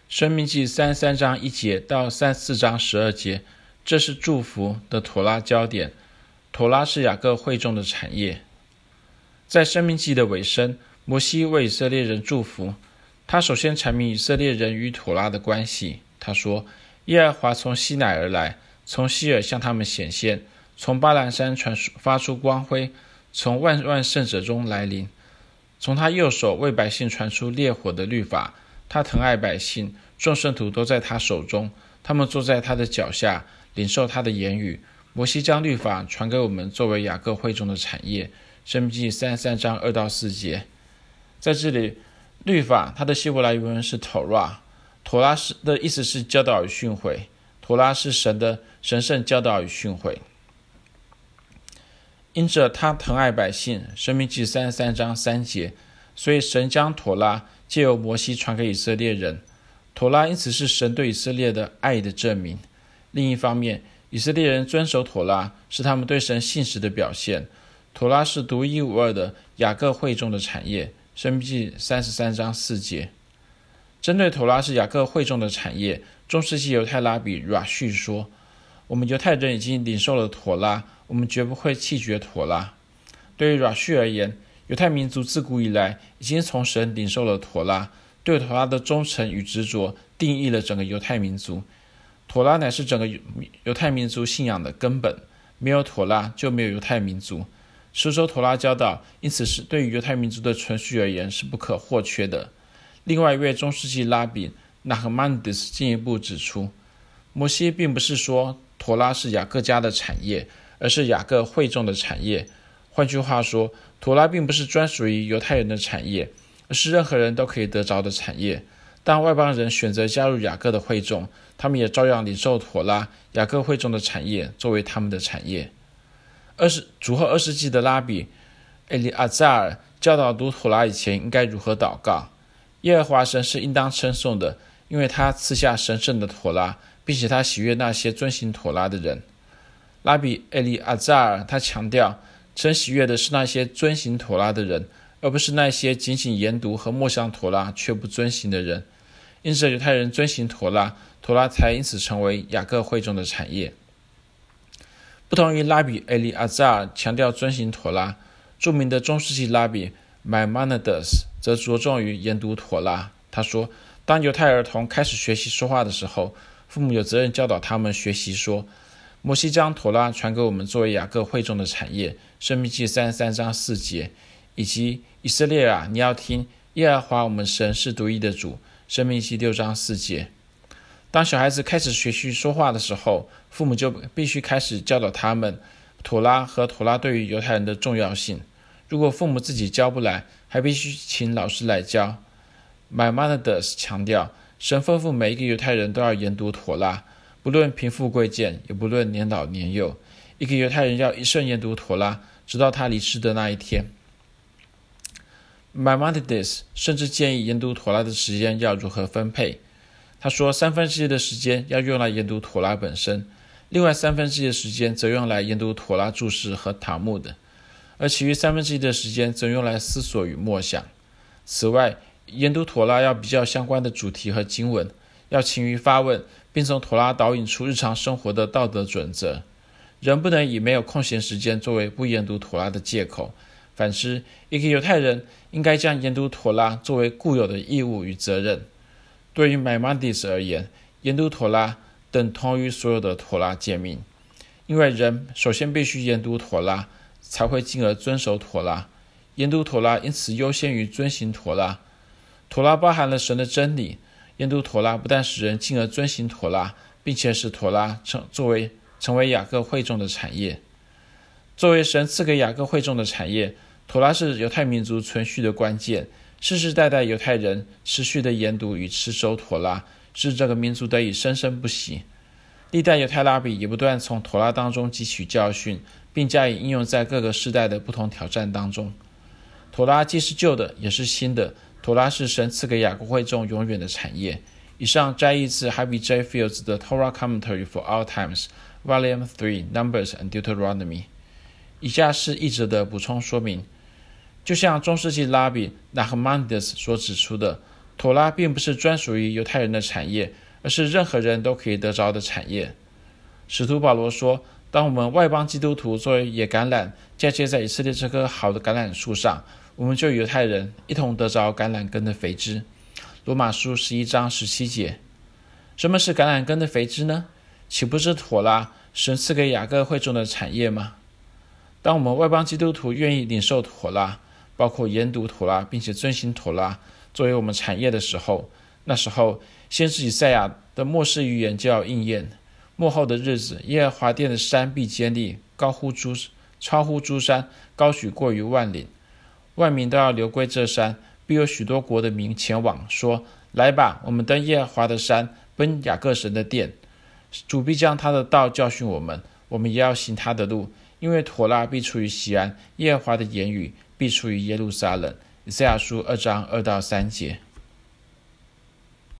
申命记33章1节到34章12节，这是祝福的妥拉焦点。妥拉是雅各会众的产业。在申命记的尾声，摩西为以色列人祝福。他首先阐明以色列人与妥拉的关系。他说，耶和华从西乃而来，从西尔向他们显现，从巴兰山发出光辉，从万万圣者中来临。从他右手为百姓传出烈火的律法，他疼爱百姓，众圣徒都在他手中，他们坐在他的脚下，领受他的言语。摩西将律法传给我们，作为雅各会众的产业。申命记33章2到4节。在这里，律法它的希伯来原文是 Torah， 妥拉的意思是教导与训诲，妥拉是神的神圣教导与训诲。因着他疼爱百姓，申命记33章3节，所以神将妥拉借由摩西传给以色列人。妥拉因此是神对以色列的爱的证明。另一方面，以色列人遵守妥拉是他们对神信实的表现。妥拉是独一无二的雅各会众的产业。申命记33章4节。针对妥拉是雅各会众的产业，中世纪犹太拉比 Rashi 说，我们犹太人已经领受了妥拉，我们绝不会弃绝妥拉。对于 Rashi 而言，犹太民族自古以来已经从神领受了妥拉，对妥拉的忠诚与执着定义了整个犹太民族。妥拉乃是整个犹太民族信仰的根本，没有妥拉就没有犹太民族。持守妥拉教导，因此是对于犹太民族的存续而言是不可或缺的。另外一位中世纪拉比 Nachmanides 进一步指出，摩西并不是说妥拉是雅各家的产业，而是雅各会众的产业。换句话说，妥拉并不是专属于犹太人的产业，而是任何人都可以得着的产业。当外邦人选择加入雅各的会众，他们也照样领受妥拉雅各会众的产业作为他们的产业。主后20世纪的拉比埃利阿扎尔教导读妥拉以前应该如何祷告。耶和华神是应当称颂的，因为他赐下神圣的妥拉，并且他喜悦那些遵行妥拉的人。拉比埃利阿扎尔他强调，神喜悦的是那些遵行妥拉的人，而不是那些仅仅研读和默想妥拉却不遵行的人。因此犹太人遵行妥拉，妥拉才因此成为雅各会众的产业。不同于拉比埃利阿扎尔强调遵行妥拉，著名的中世纪拉比 Maimonides 则着重于研读妥拉。他说，当犹太儿童开始学习说话的时候，父母有责任教导他们学习说。摩西将妥拉传给我们作为雅各会众的产业，申命记33章4节，以及以色列啊，你要听，耶和华我们神是独一的主，申命记6章4节。当小孩子开始学习说话的时候，父母就必须开始教导他们妥拉和妥拉对于犹太人的重要性。如果父母自己教不来，还必须请老师来教。Maimonides 强调，神吩咐每一个犹太人都要研读妥拉，不论贫富贵贱，也不论年老年幼。一个犹太人要一生研读妥拉，直到他离世的那一天。Maimonides 甚至建议研读妥拉的时间要如何分配。他说1/3的时间要用来研读妥拉本身，另外1/3的时间则用来研读妥拉注释和塔木德，而其余1/3的时间则用来思索与默想。此外，研读妥拉要比较相关的主题和经文，要勤于发问，并从妥拉导引出日常生活的道德准则。人不能以没有空闲时间作为不研读妥拉的借口。反之，一个犹太人应该将研读妥拉作为固有的义务与责任。对于 Maimonides 而言，研读妥拉等同于所有的妥拉诫命，因为人首先必须研读妥拉，才会进而遵守妥拉。研读妥拉因此优先于遵行妥拉。妥拉包含了神的真理，研读妥拉不但使人进而遵行妥拉，并且使妥拉成为雅各会众的产业。作为神赐给雅各会众的产业，妥拉是犹太民族存续的关键。世世代代犹太人持续的研读与持守妥拉，使这个民族得以生生不息。历代犹太拉比也不断从妥拉当中汲取教训，并加以应用在各个世代的不同挑战当中。妥拉既是旧的，也是新的。妥拉是神赐给雅各会众永远的产业。以上摘译自 Harvey J. Fields 的 Torah Commentary for All Times, Volume 3, Numbers and Deuteronomy。以下是译者的补充说明。就像中世纪拉比 Nachmanides 所指出的， 妥拉并不是专属于犹太人的产业，而是任何人都可以得着的产业。使徒保罗说，当我们外邦基督徒作为野橄榄嫁接在以色列这棵好的橄榄树上，我们就与犹太人一同得着橄榄根的肥枝。罗马书11章17节。什么是橄榄根的肥枝呢？岂不是妥拉神赐给雅各会众的产业吗？当我们外邦基督徒愿意领受妥拉，包括研读妥拉并且遵行妥拉作为我们产业的时候，那时候先知以赛亚的末世预言就要应验。末后的日子，耶和华殿的山必坚立，超乎诸山，高举过于万岭。万民都要流归这山，必有许多国的民前往，说：来吧，我们登耶和华的山，奔雅各神的殿。主必将他的道教训我们，我们也要行他的路，因为妥拉必出于锡安，耶和华的言语必出于耶路撒冷。以赛亚书2章2到3节。